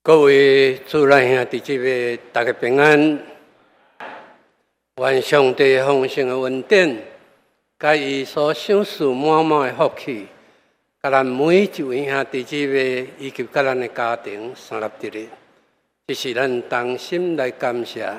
各位主内兄弟姊妹，大家平安。愿上帝丰盛的恩典，甲伊所赏赐满满的福气，甲咱每一位兄弟姊妹以及甲咱的家庭三立得力，这是咱同心来感谢。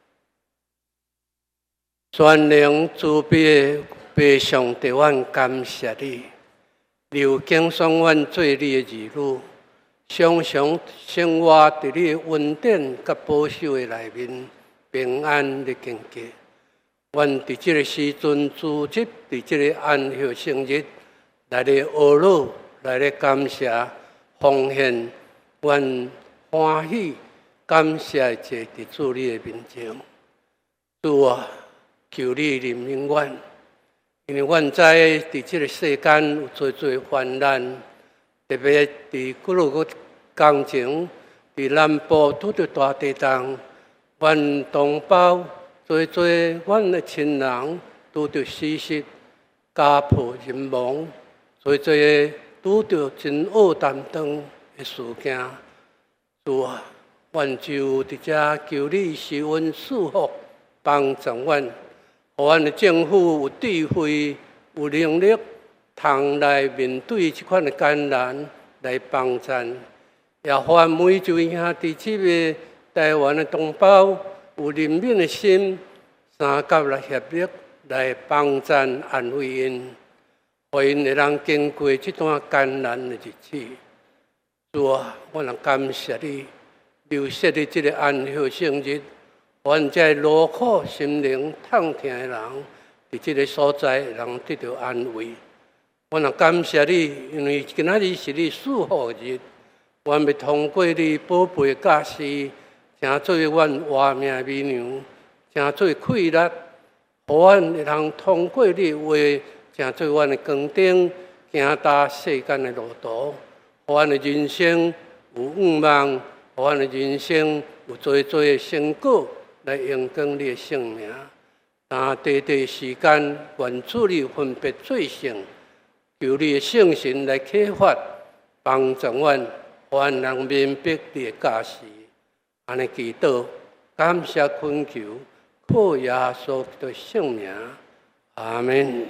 全能慈悲的父上帝，阮感谢你，你有敬赏阮做你的儿女。常常生活在你的恩典甲保守的内面，平安的境界。愿在这个时阵组织，在这个安息圣日，来咧学乐，来咧感谢、奉献，愿欢喜、感谢坐伫主你的面前。主啊，求你怜悯阮，因为阮知在这个世间有做患难。特别伫几落个工程，伫南部拄着大地震，阮同胞做阮的亲人拄着死失、家破人亡，做拄着真恶担当的事件。主啊，阮就伫遮求你施恩赐福，帮助阮，互阮的政府有智慧、有能力。通来面对这款的艰难，来帮衬，也愿每一位兄弟姊妹、台湾的同胞有怜悯的心，三甲来协力，来帮衬安慰因，互因会通经过这段艰难的日子。主啊，我能感谢你，留设的这个安息圣日，愿这劳苦心灵痛痛的人，在这个所在能得到安慰。我能感谢你，因为今仔日是你祝福的日，愿要通过你宝贝的教示，成做阮活命的美娘，成做快乐，互阮会通通过你的话，成做阮的光灯，行踏世间的路途，互阮的人生有愿望，互阮的人生有多的成果，来荣光你的圣名。但短短时间，愿主你分别最胜。求你的圣神来启发，帮助阮，阮能明白你的教示。安尼祈祷，感谢恳求，靠耶稣的圣名，阿门。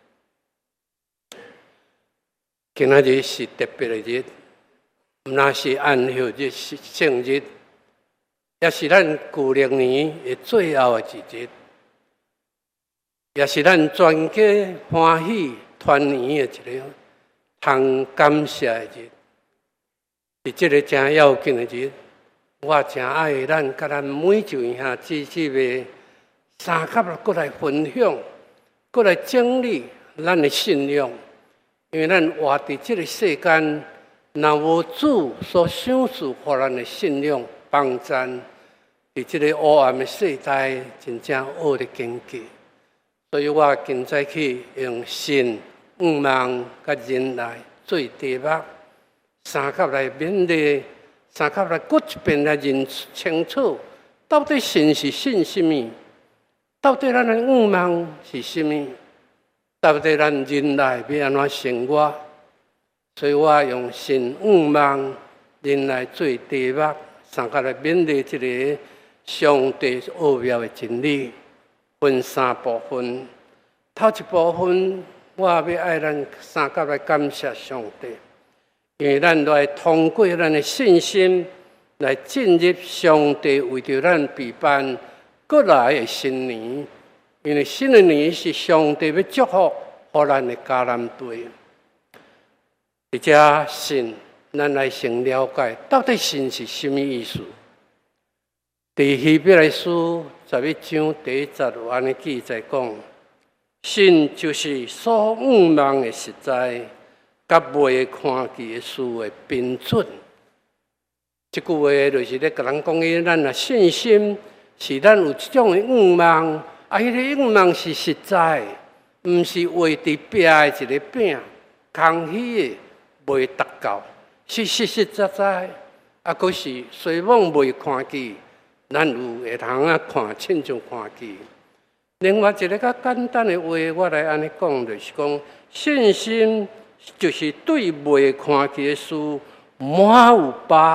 今仔日是特别的日，毋但是安息日、圣日，也是咱旧历年的最后的一日，也是咱全家欢喜。团圆的一个通感谢的日，是这个真要紧的日，我真爱咱甲咱每一位兄弟姊妹三甲过来分享，过来整理咱的信仰，因为咱活在这个世间，若无主所赏赐予咱的信仰帮助，在这个黑暗的世代，真正恶的境界。所以我今早起用信。愿望甲人来做题目，三甲来勉励，三甲来过一遍来认清楚，到底神是信什么？到底咱的愿望是什么？到底咱人来要安怎生活？所以我用神愿望人来做题目，三甲来勉励这个上帝奥妙的真理，分三部分。头一部分。我要爱咱三甲来感谢上帝，因为咱来通过咱的信心来进入上帝为着咱备办过来的新年。因为新的年是上帝要祝福予咱的迦南地，而且信咱来先了解到底信是什么意思。在希伯来书11章第1节有安尼记载讲。信就是所愿望的实在，甲未看见的事的标准。这句话就是咧，甲人讲咱的信心是咱有这种的愿望，迄个愿望是实在，毋是画伫壁的一个饼，空虚的未达到，是实实在在，佫是虽望未看见，咱有会通看，亲像看见。另外一个较简单的话，我来安尼讲，就是讲信心就是对未看见的事满有把握，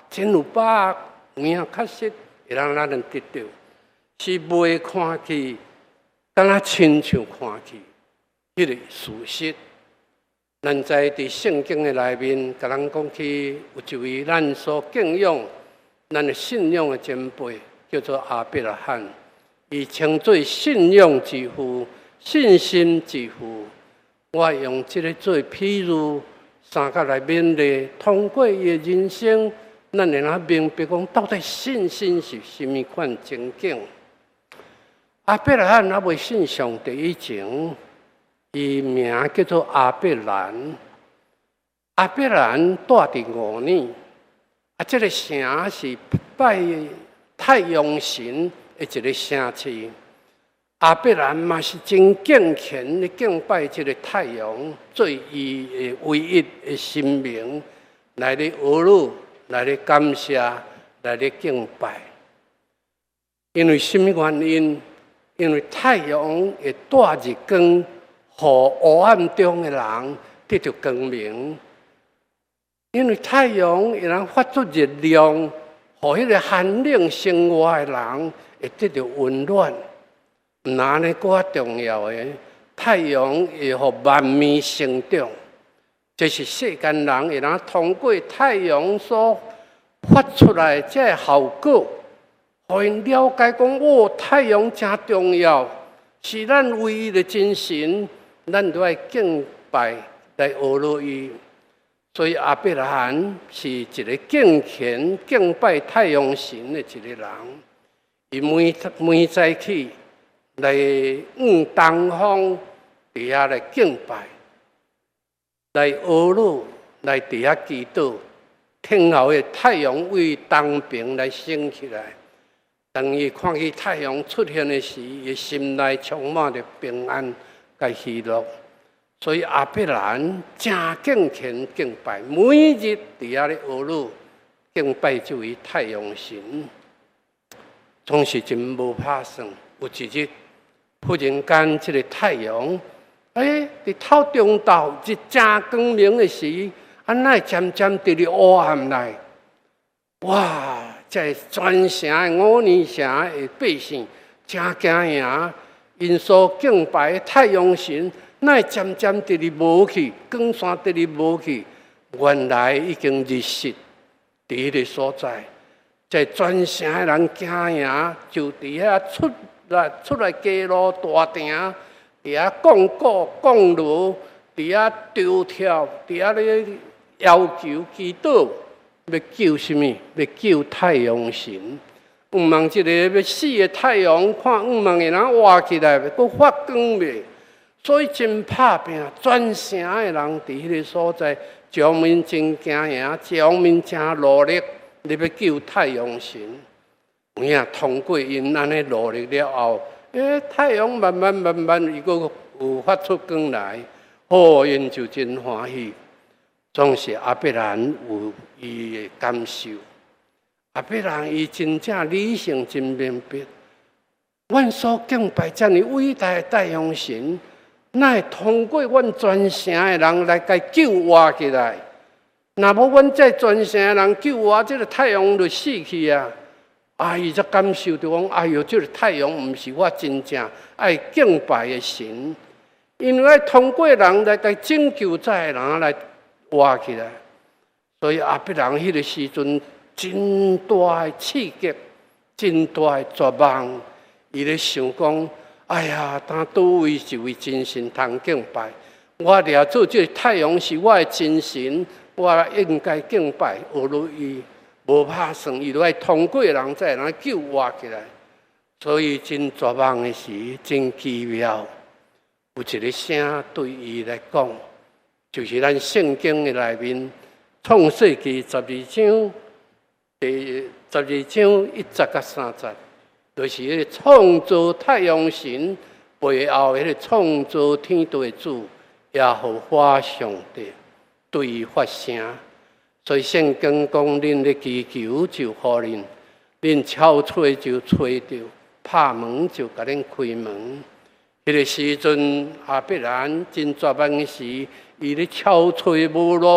真有把握，有影确实会让咱能得到，是未看去，敢若亲像看去，迄个事实。咱在伫圣经的内面，甲咱讲起有一位咱所敬仰、咱的信仰的前辈，叫做亚伯拉罕，伊称作信仰之父、信心之父。我用这个做譬如，三角来勉励，通过伊的人生，咱会能明白讲，到底信心是甚么款情景？亚伯拉罕还未信上帝以前，伊名叫做亚伯兰。亚伯兰住伫5年，这个城是拜太阳神的一个城市。亚伯兰嘛是真敬虔的敬拜这个太阳，做伊的唯一的神明，来咧学路，来咧感谢，来咧敬拜。因为什么原因？因为太阳会带日光，互黑暗中的人得到光明。因为太阳会能发出热量，互迄个寒冷生活的人会得到温暖。毋那呢，更重要的，太阳会互万物生长。这是世间人会能通过太阳所发出来的这个效果，互因了解讲，太阳真重要，是咱唯一的真神，咱都要敬拜来学落伊。所以亚伯拉罕是一个敬虔、敬拜太阳神的一个人，伊每早起来往东方底下来敬拜，来学路，来底下祈祷，天后的太阳为东边来升起来。当伊看见太阳出现的时，伊心内充满着平安甲喜乐。所以亚伯兰真敬虔敬拜，每日伫遐咧学路敬拜这位太阳神，总是真无拍算。有一日，忽然间，这个太阳，伫透中昼日真光明的时，会渐渐伫咧黑暗内。哇！在全城的5年城的百姓真惊吓，因所敬拜的太阳神。那渐渐伫哩无去，光线伫哩无去，原来已经日食伫迄个所在，在全城的人惊吓，就伫遐出来街路大亭，伫遐讲古讲路，伫遐丢跳，伫遐咧要求祈祷，要救什么？要救太阳神。毋望一个要死的太阳，看毋望会人活起来，佫发光袂。所以真拍拼，全城的人伫迄个所在，将民真惊吓，将民真努力，你要救太阳神。有影通过因安尼努力了后，太阳慢慢伊佫有发出光来，因就真欢喜。总是亚伯兰有伊的感受，亚伯兰伊真正理性真明白，阮所敬拜遮尔伟大的太阳神。那会通过阮全城的人来甲救活起来。若无阮这全城的人救活，这个太阳就死去啊！伊才感受到讲，哎哟，这个太阳毋是我真正爱敬拜的神，因为通过人来甲拯救这个人来活起来。所以亚伯兰迄个时阵，真大的刺激，真大的绝望，伊咧想讲。哎呀，当倒位一位真神通敬拜？我了做这太阳是我的真神，我应该敬拜。学落伊无拍算，伊就爱通过人才能救活起来。所以真绝望的时，真奇妙。有一个声对伊来讲，就是咱圣经的内面，创世纪12章第12章1节到3节。就是迄个创造太阳神背后迄个创造天地的主耶和华上帝对伊发声，所以圣经讲：恁咧祈求就互恁，恁敲吹就吹着，拍门就甲恁开门。迄个时阵，亚伯兰真绝望时，伊咧敲吹无路，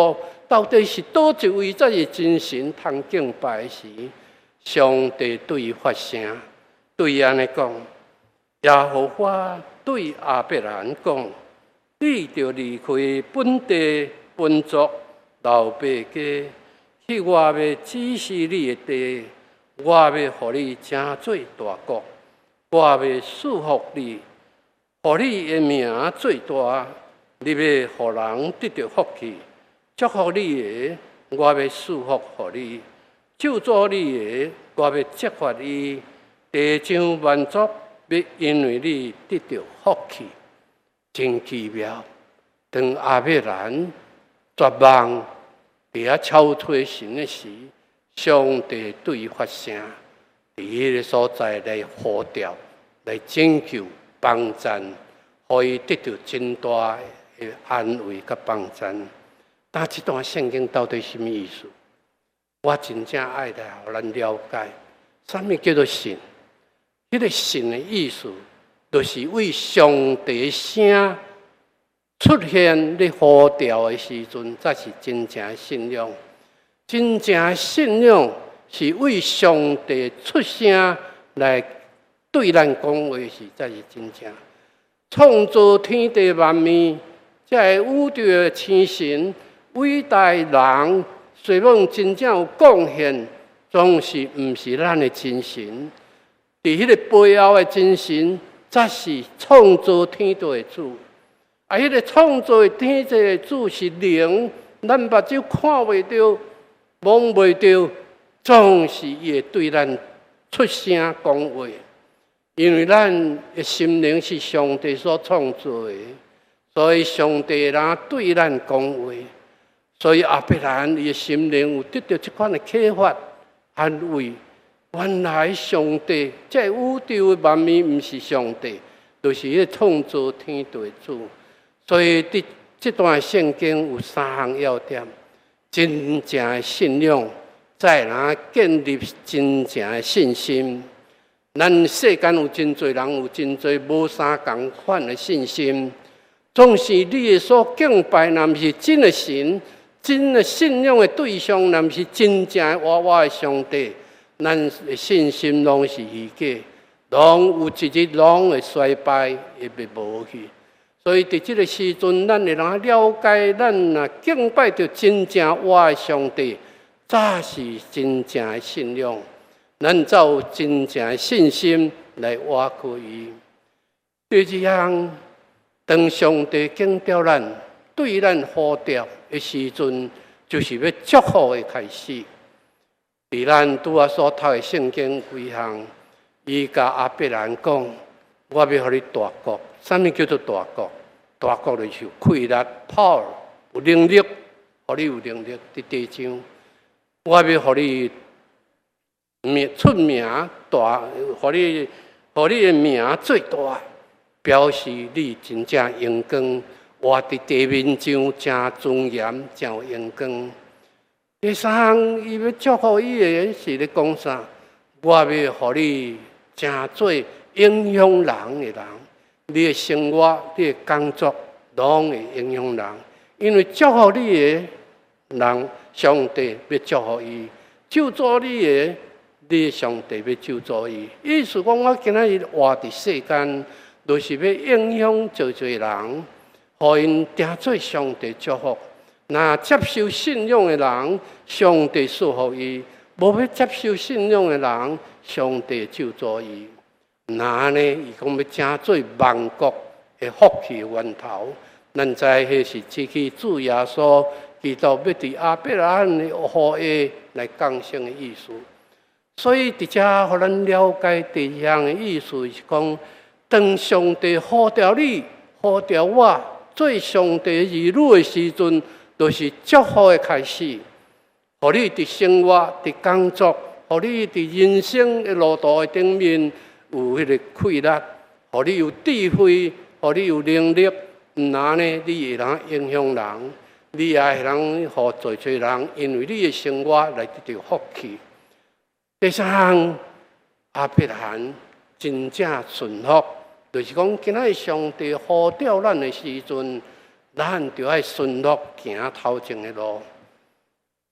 到底是倒一位才是真神通敬拜时，上帝对伊发声，对伊安尼讲：耶和华对亚伯兰讲，你着离开本地本族老爸家，去我要指示你的地，我要予你成做大国，我要祝福你，予你的名最大，你要予人得到福气。祝福你的，我要祝福予你；咒诅你的，我要责罚伊。地上万族要因为你得到福气，真奇妙。当亚伯兰绝望伫遐超脱神的时，上帝对伊发声，伫迄个所在来呼召、来拯救、帮赞，互伊得到真大的安慰甲帮赞。但这段圣经到底什么意思？我真正爱来互咱了解，什么叫做神？迄个神的意思，就是为上帝的声出现咧呼召的时阵，才是真正的信仰。真正的信仰是为上帝出声来对咱讲话时，才是真正。创造天地万物，才会宇宙的天神。伟大人虽然真正有贡献，总是毋是咱的真神。伫迄个背后的真神，才是创造天地的主。迄个创造天地的主是灵，咱目睭看袂到、摸袂到，总是伊会对咱出声讲话。因为咱的心灵是上帝所创造的，所以上帝人对咱讲话。所以亚伯兰伊的心灵有得到这款的启发、安慰。原来上帝这宇宙的万物毋是上帝，就是迄个创造天地的主。所以这段圣经有3项要点：真正的信仰，再能建立真正的信心。咱世间有真侪人，有真侪无相共款的信心。总是你的所敬拜，若毋是真的神。真的信仰的对象，若毋是真正的活的上帝，咱的信心拢是虚假，拢有一日拢会衰败，会被无去。所以伫这个时阵，咱会能了解，咱若敬拜着真正活的上帝，才是真正的信仰。咱才有真正的信心来活过伊。第二项，当上帝敬召咱，对咱呼召的时阵，就是要祝福的开始。伫咱拄仔所读的圣经几项，伊甲亚伯兰讲：我要予你大国。什么叫做大国？大国就是有气力、power， 有能力，予你有能力伫地上。我要予你出名大，予你的名最大，表示你真正荣光。活伫地面上真尊严，真有荣光。第三项，伊要祝福伊的是咧讲啥？我要予你真做影响人的人，你的生活、你的工作，拢会影响人。因为祝福你的人，上帝要祝福伊；咒诅你的，你的上帝要咒诅伊。意思讲，我今仔日活伫世间，就是要影响做侪人。互因定做上帝祝福，那接受信仰的人，上帝祝福伊；无要接受信仰的人，上帝咒詛伊。那呢，伊讲要正做万国的福气源头。咱知迄是支起主耶稣基督要伫亚伯拉罕的后裔来降生的意思。所以伫遮，互咱了解第一项的意思是讲，当上帝呼召你、呼召我。做上帝儿女的时阵，就是祝福的开始。互你伫生活、伫工作，互你伫人生的路途的顶面有迄个气力，互你有智慧，互你有能力。毋然呢，你会能影响人，你也会能互做侪人因为你的生活来得到福气。第三项，亚伯兰真正顺服。就是讲，今仔日上帝呼召咱的时阵，咱就要顺服行头前的路。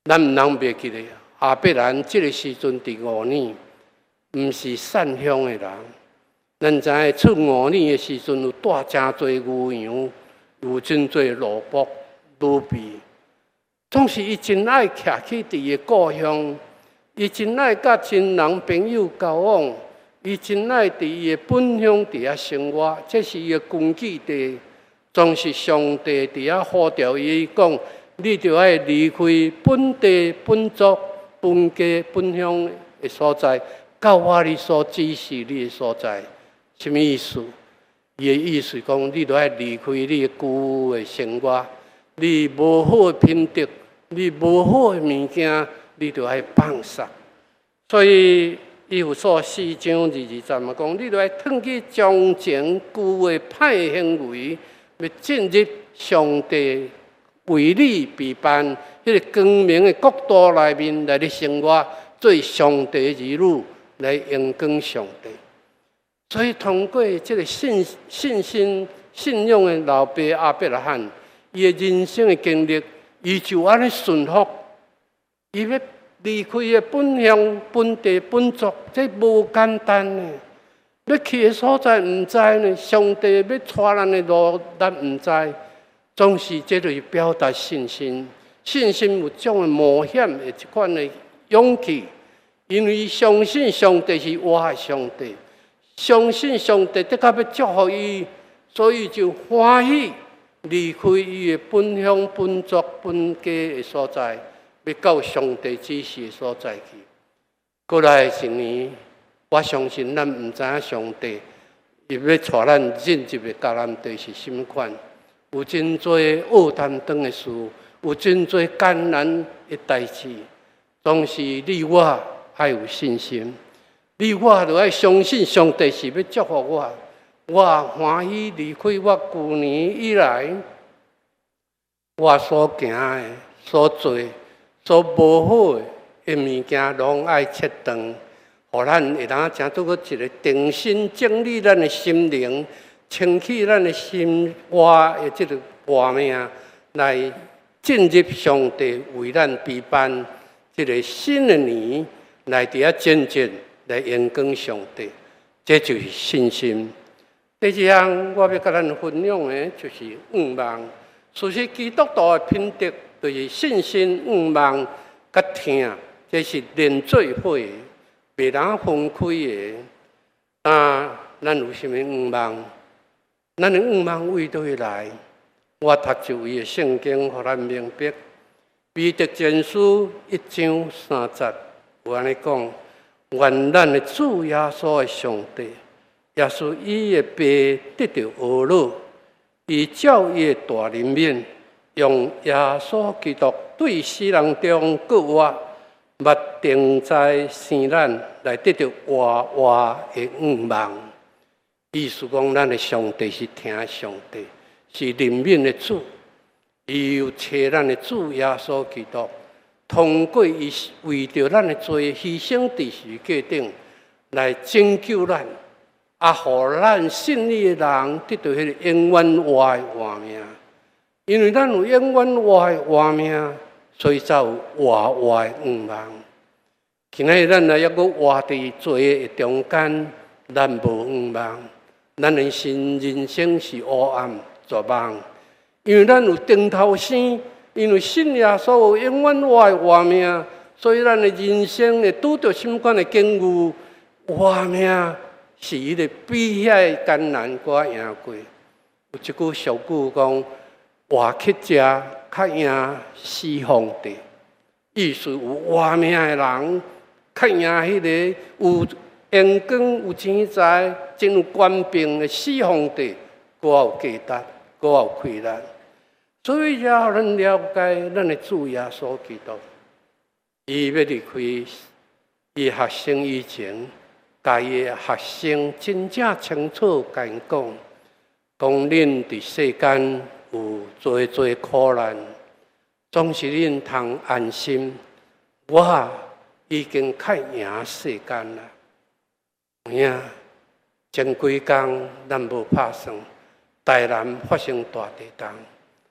咱毋通袂记咧，阿伯兰即个时阵伫5年，毋是善香的人。咱知影出5年的时阵，有带真侪牛羊，有真侪萝卜、鲁比。总是伊真爱徛起伫伊故乡，伊真爱甲亲人朋友交往，伊真爱伫伊的本乡伫遐生活，这是伊的根据地。总是上帝伫遐呼召伊讲，你着爱离开本地、本族、本家、本乡的所在，到我你所指示你的所在。什么意思？伊的意思讲，你着爱离开你的旧的生活，你无好的品德，你无好的物件，你着爱放下。所以伊有说4章23嘛，讲你着爱脱去从前旧的歹行为，要进入上帝为你备办迄个光明的国度内面来咧生活，做上帝的儿女来荣光上帝。所以通过这个信心、信仰的老爸阿伯拉罕，伊的人生的经历，伊就安尼顺服，伊要离开的本乡、本地、本族，这无简单呢。要去的所在毋知呢，上帝要带咱的路，咱毋知。总是这就是表达信心。信心有种的冒险的一款的勇气，因为相信上帝是我的上帝。相信上帝的确要祝福伊，所以就欢喜离开伊的本乡、本族、本家的所在，要到上帝指示的所在去。过来一年，我相信咱毋知影上帝伊要带咱进入的迦南地是什么款，有真多恶担当的事，有真多艰难的代志，总是你我爱有信心。你我就要相信上帝是要祝福我，我欢喜离开我去年以来我所行的、所做、所无好的物件，拢爱切断，互咱会当成做个一个定心整理咱的心灵，清起咱的心活的这个活命，来进入上帝为咱备办这个新的年，来伫遐见证。来荣光上帝，这就是信心。第二项，我要甲咱分享的，就是愿望。事实基督徒的品德，就是信心、愿望、甲听，这是连做伙的，袂当分开的。咱有什么愿望？咱的愿望为倒来？我读就伊的圣经，互咱明白。彼得前书1章3节有安尼讲。愿咱的主耶稣的上帝，耶稣伊的爸得到懊恼，以照伊的大怜悯，用耶稣基督对世人中各活，捌定在生咱，来得到活活的愿望。意思讲，咱的上帝是听上帝，是怜悯的主，伊有找咱的主耶稣基督。通过伊为着咱的罪牺牲伫十字架顶，来拯救咱，互咱信你的人得到迄个永远活的活命。因为咱有永远活的活命，所以才有活活的愿望。今仔日咱来抑阁活伫罪的中间，咱无愿望，咱的人生是黑暗绝望。因为咱有顶头生。因为信耶稣有永远活的活命，所以咱的人生会拄到什么款的境遇，活命是伊个比遐艰难搁赢过。有一句俗语讲：活乞食较赢死皇帝。意思有活命的人，较赢迄个有阳光、有钱财、真有官兵的死皇帝，搁有价值，搁有气力。所以要互咱了解咱的主耶稣基督，伊要离开伊学生以前，甲伊的学生真正清楚甲因讲，恁伫世间有多苦难，总是恁通安心。我已经较赢世间啦，赢前几工咱无拍算，台南发生大地震。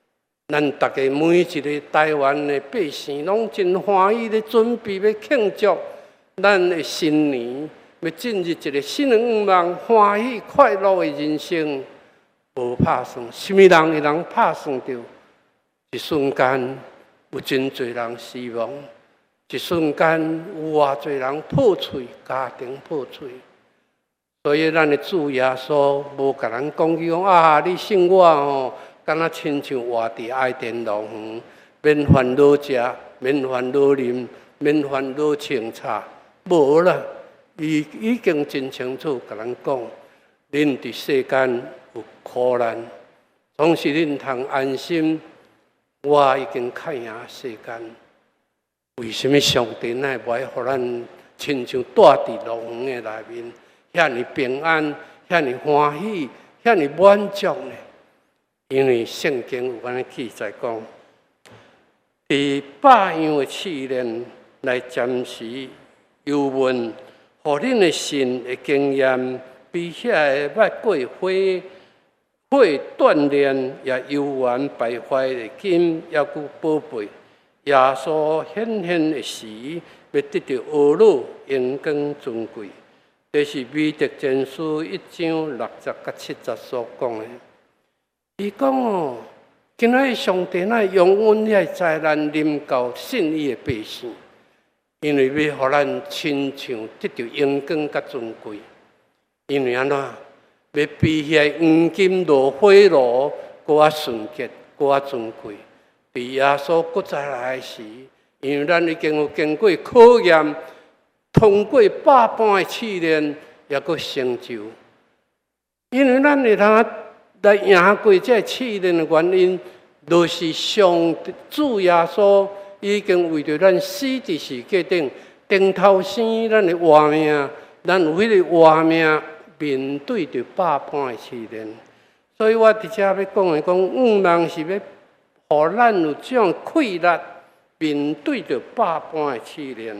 咱大家每一个台湾的百姓，拢真欢喜咧，准备要庆祝咱的新年，要进入一个新的愿望，欢喜快乐的人生。无拍算，什么人会能拍算到？一瞬间有真侪人死亡，一瞬间有偌侪人破碎，家庭破碎。所以咱的主耶稣无甲咱讲啊，你信我吼，敢若亲像活伫爱田乐园，免烦恼食，免烦恼啉，免烦恼清茶，无啦。伊已经真清楚甲咱讲，恁伫世间有苦难，总是恁通安心。我已经看赢世间。为什么上帝乃袂互咱亲像住伫乐园的内面？遐尼平安，遐尼欢喜，遐尼满足呢？因为圣经有安尼记载讲，伫百样的试炼来暂时忧闷，互恁的心的经验比遐个捌过火锻炼，也悠然败坏的金，也具宝贝。耶稣显现的时，要得到恶乐、荣光、尊贵。这是美德全书1章60到70所讲的。伊讲哦，今仔日上帝乃用阮遐灾难临到信伊的百姓，因为要互咱亲像得到荣光甲尊贵。因为安怎？要比遐黄金落火炉搁较纯洁，搁较尊贵。比耶稣搁再来时，因为咱已经有经过考验。通过百般的试炼，也阁成就。因为咱会通来赢过这试炼的原因，就是上主耶稣已经为着咱死伫世界顶，顶头生咱的活命，咱有迄个活命面对着百般的试炼。所以我伫遮要讲的讲，愿望是要互咱有这种气力，面对着百般的试炼。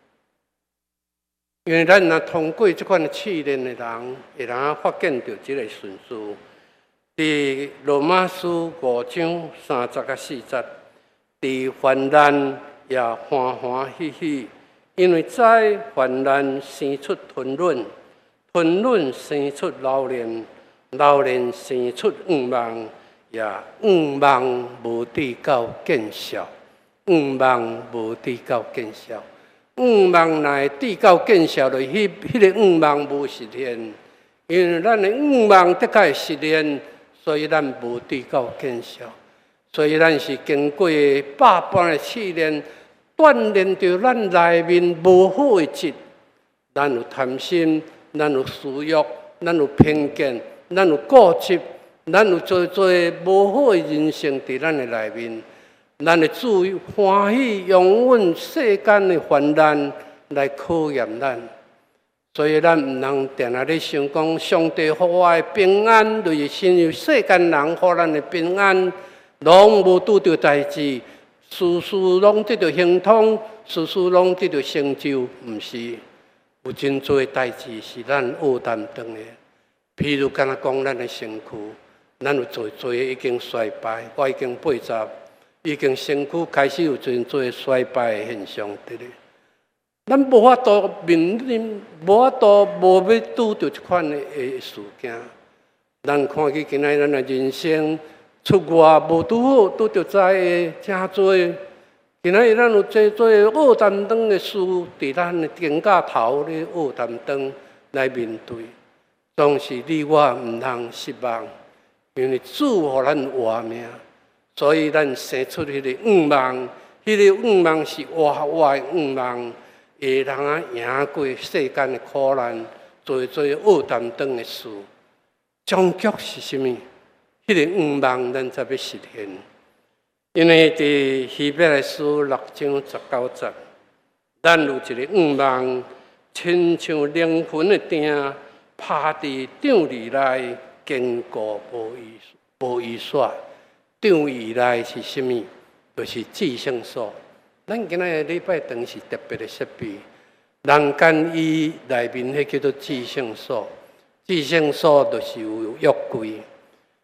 因为咱若通过这款的试炼的人，会通发现到这个顺序。伫罗马书5章30到40，伫患难也欢欢喜喜，因为在患难生出吞忍，吞忍生出老练，老练生出愿望，也愿望无抵到见效，愿望无抵到见效。愿望乃抵到见效的，迄个愿望无实现，因为咱的愿望得该实现，所以咱无抵到见效。所以咱是经过百般的试炼，锻炼着咱内面无好的质。咱有贪心，咱有私欲，咱有偏见，咱有固执，咱有做无好的人生伫咱的内面。咱的主欢喜用阮世间的患难来考验咱，所以咱毋通定下咧想讲，上帝予我的平安，就是亲像世间人予咱的平安，拢无拄着代志，事事拢得到亨通，事事拢得到成就，毋是。有真多代志是咱负担当的，譬如敢若讲咱的身躯，咱有做已经衰败，我已经80。已经身躯开始有真多衰败的现象伫咧，咱无法度面临，无法度无要拄着即款的事件。咱看去今仔咱的人生出外无拄好，拄着灾的真多。今仔咱有真多恶担当的事伫咱的肩胛头咧，恶担当来面对，总是你我毋通失望，因为主互咱活命。所以，咱生出迄个愿望，迄个愿望是活的愿望，会通赢过世间的苦难，做恶担当的事。终局是什么？迄个愿望咱才要实现。因为伫希伯来书6章19节，咱有一个愿望，亲像灵魂的钉，趴伫场里内，坚固无遗煞。场域内是什么？就是至圣所。咱今仔礼拜堂是特别的设备，人间伊内面迄叫做至圣所。至圣所就是有约柜，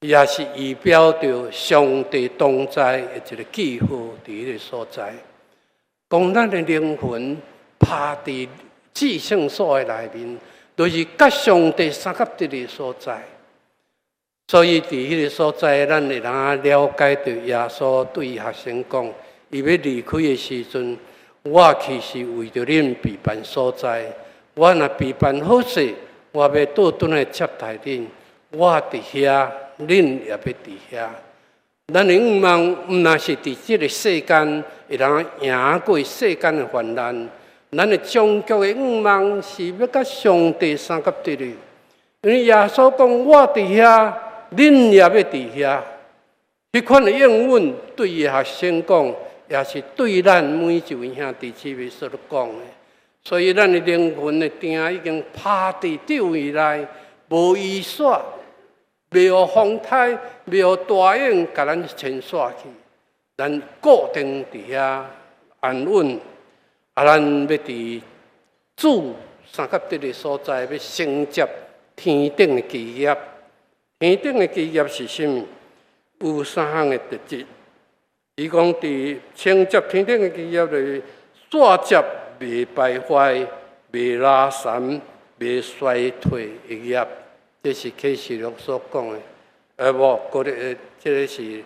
也是预表着上帝同在的一个记号伫迄个所在。讲咱的灵魂趴伫至圣所的内面，就是甲上帝三合一的所在。所以伫迄个所在，咱会通了解到耶稣对学生讲，伊要离开的时阵，我去是为着恁避难所在。我若避难好势，我要倒转来接待恁。我伫遐，恁也要伫遐。咱的愿望毋若是伫即个世间会通赢过世间的患难，咱的终极的愿望是要甲上帝三合一的。因为耶稣讲，我伫遐，恁也要伫遐。迄款的应允对伊学生讲，也是对咱每一位兄弟姊妹所讲的。所以，咱的灵魂的定已经趴伫地位内，无依煞，袂有风台，袂有大雁甲咱牵煞去。咱固定伫遐安稳，咱要伫主三合一的所在，要承接天顶的基业。天顶的基业是甚么？有三项的特质。伊讲伫承接天顶的基业，就是煞接袂败坏、袂拉散、袂衰退的业。这是启示录所讲的。无，这个是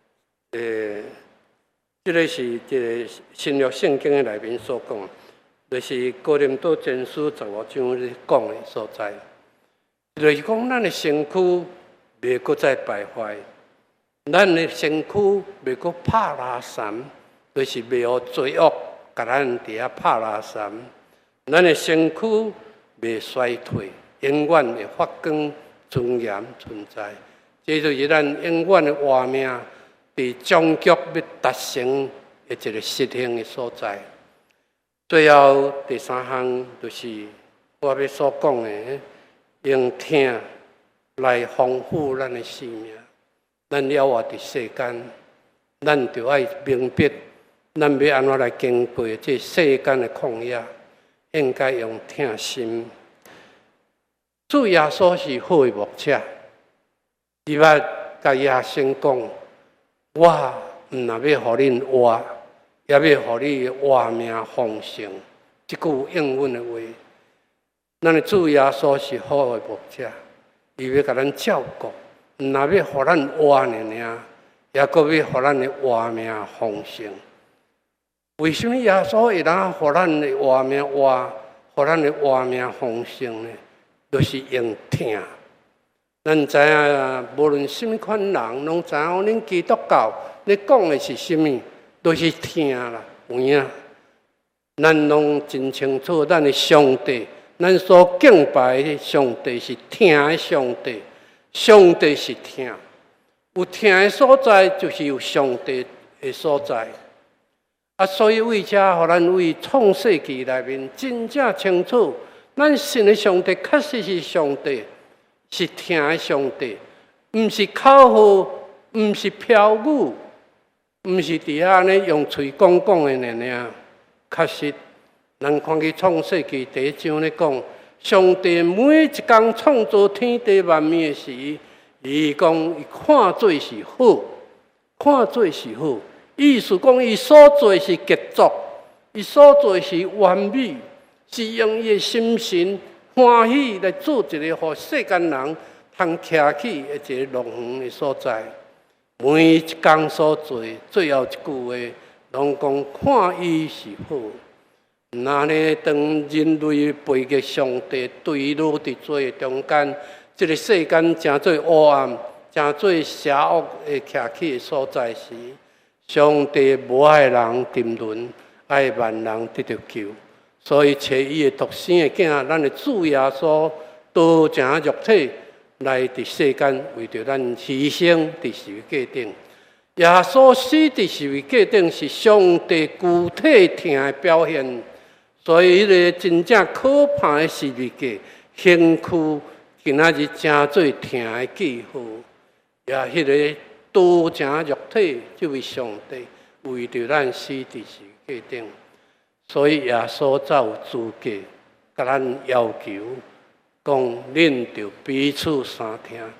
这个是新约圣经的内面所讲，就是哥林多前书15章咧讲的所在。就是讲，咱的身躯袂搁再败坏，咱的身躯袂搁拍拉散，就是袂有罪恶甲咱伫遐拍拉散。咱的身躯袂衰退，永远会发光尊严存在。这就是咱永远的活命，伫终极要达成的一个实现的所在。最后第三项就是我要所讲的，用听来丰富咱的生命。咱了活伫世间，咱就要明白，咱要安怎来经过这世间的旷野，应该用听心。主耶稣是好的牧者，伊捌甲伊学生讲：我毋若要互恁活，也要互你活命丰盛。即句应允的话，咱的主耶稣是好的牧者，伊要甲咱照顾，毋若要互咱活尔，也阁要互咱的活命丰盛。为什么耶稣会当互咱的活命活，互咱的活命丰盛呢？就是用听。咱知影，无论什么款人，拢知影恁基督教咧讲的是什么，都是听啦，有影。咱拢真清楚，咱的上帝，咱所敬拜的上帝是听的上帝，上帝是听。有听的所在，就是有上帝的所在。所以为遮，互咱为创世纪内面真正清楚。咱信的上帝确实是上帝，是听的上帝，毋是口号，毋是飘语，毋是伫遐安尼用嘴讲的尔。确实，咱看去创世纪第1章咧讲，上帝每一工创造天地万物的时，伊讲伊看做是好，看做是好，意思讲伊所做是杰作，伊所做是完美。是用伊的心神欢喜来做一个，互世间人通徛起的一个乐园的所在。每一工所做，最后一句话，拢讲看伊是好。那呢，当人类背逆上帝，对路伫罪中间，这个世间正做黑暗，正做邪恶的徛起的所在时，上帝无爱人沉沦，爱万人得到救。所以找伊的独生的囝，咱的主耶稣，道成肉体来伫世间，为着咱牺牲伫十字架顶。耶稣死伫十字架顶，是上帝具体听的表现。所以，迄个真正可怕的十字架，身躯今仔日正做听的记号。也迄个道成肉体，这位上帝为着咱死伫十字架顶。所以耶稣才有资格，甲咱要求，讲恁着彼此相听，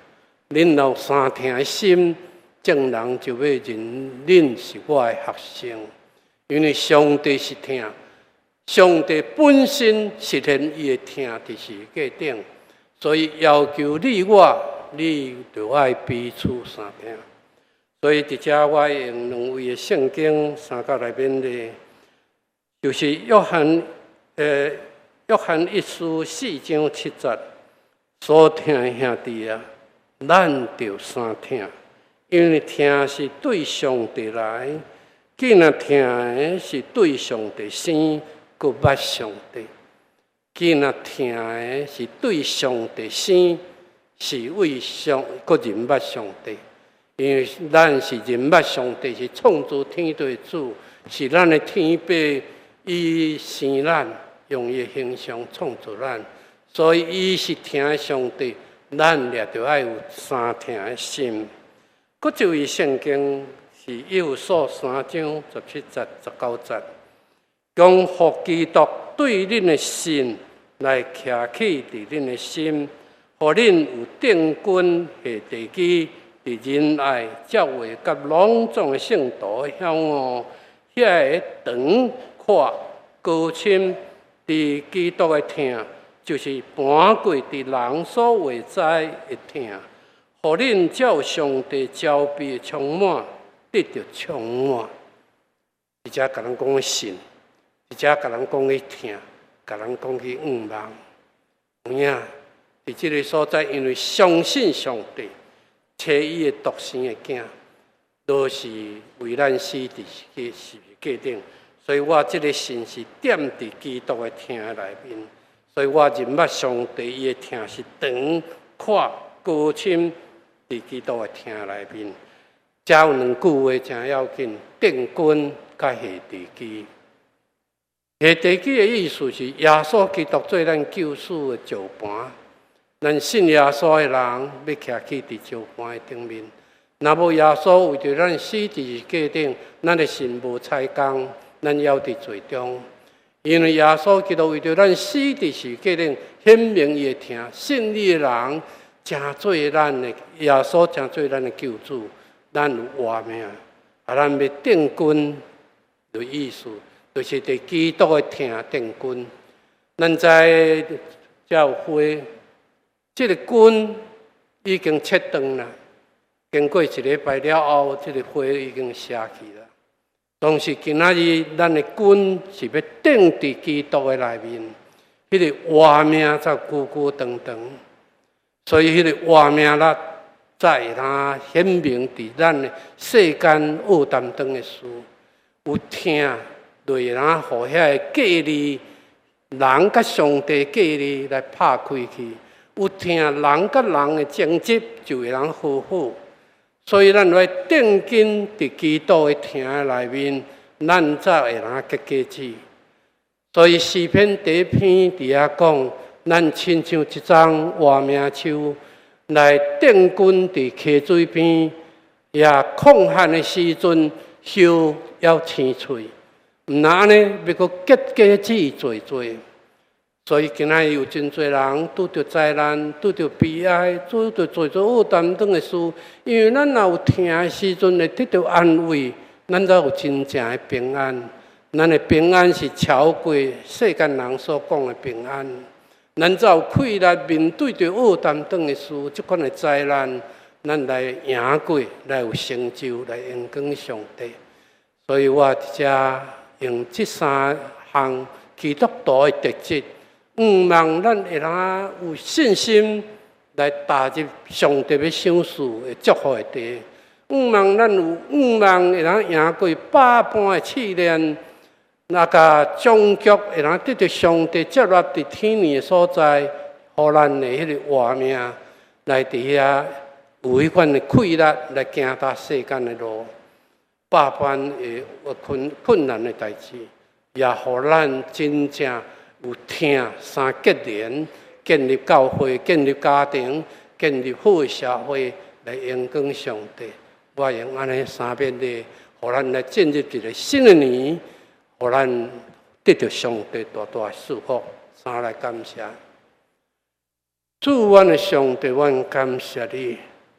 恁有三听的心，众人就要认恁是我的学生。因为上帝是听，上帝本身实现伊的听伫世界顶，所以要求你我，你就爱彼此相听。所以伫遮我用两位的圣经三角内面的，就是约翰一书4章7节所听的兄弟啊，咱就相听，因为听是对上帝来。既然听的是对上帝生，佮捌上帝；既然听的是对上帝生，是为上佮认捌上帝。因为咱是认捌上帝是创造天地的主，是咱的天父，伊生咱，用伊的形象创造咱，所以伊是听上帝，咱也着爱有三听的心。佮一位圣经。是以弗所3章17节、19节，讲互基督对恁的信来徛起伫恁的心，互恁有定根下地基，伫仁爱、教会甲隆重的圣徒向我遐个长阔高深，伫基督的听，就是搬过伫人所画在的听，互恁照上帝招庇充满。得到充满，而且甲人讲信，而且甲人讲去听，甲人讲去仰望。有影，伫即个所在，因为相信上帝，找伊的独生的囝，都是为咱死伫十字架顶。所以我即个信是点伫基督的听内面，所以我认捌上帝伊的听是长、阔、高深，伫基督的听内面。才有两句话真要紧，定根甲下地基。下地基的意思是耶稣基督做咱救赎的石盘，咱信耶稣的人要徛起伫石盘的顶面。若无耶稣为着咱死伫十字架顶，咱的信无采工，咱还伫罪中。因为耶稣基督为着咱死伫十字架顶，显明伊的听，信伊的人真做咱的耶稣，真做咱的救主。咱有活命，咱要定根的意思，就是伫基督的听定根。咱在教会，这个根已经切断了。经过一礼拜了后，这个花已经下去了。当时今仔日，咱的根是要定伫基督的内面，迄个活命才久久长长。所以，迄个活命力。才会通显明伫咱的世间恶担当的事，有听就会通互遐个隔离人甲上帝隔离来拍开去；有听人甲人的争执就会通和好。所以咱要定睛伫基督的听内面，咱才会通结果子。所以诗篇第一篇伫遐讲，咱亲像一丛活命树。来定根伫溪水边，也抗旱的时阵，树要青翠。毋然安尼，要阁结果子多。所以今仔有真侪人拄着灾难，拄着悲哀，拄着做恶担当的事。因为咱若有听的时阵，会得到安慰，咱才有真正的平安。咱的平安是超过世间人所讲的平安。咱才有气力面对着恶担当的事，即款的灾难，咱来赢过，来有成就，来荣光上帝。所以我伫遮用这三项基督徒的特质，望咱会通有信心来踏入上帝要赏赐的祝福的地。望咱有望会通赢过百般的试炼。那个终局会通得到上帝接纳伫天年的所在，互咱的迄个活命来伫遐有迄款的气力来行踏世间的路，百般的困难的代志，也互咱真正有听三结连，建立教会、建立家庭、建立好的社会来荣光上帝。我用安尼三遍的，互咱来进入一个新的年。互咱得到上帝大大的祝福，三来感谢。主，阮的上帝，阮感谢你，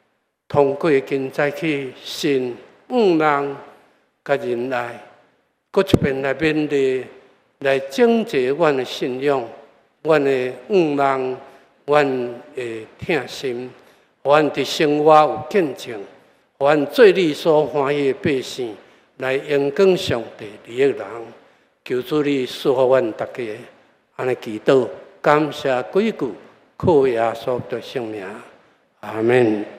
通过今早起信人甲人来，搁一遍来勉励，来整洁阮的信仰，阮的人，阮的疼心，阮伫生活有见证，阮做你所欢喜的百姓，来荣光上帝你的人。求主你赐福阮大家，安尼祈祷，感谢归句，靠耶稣的圣名，阿门。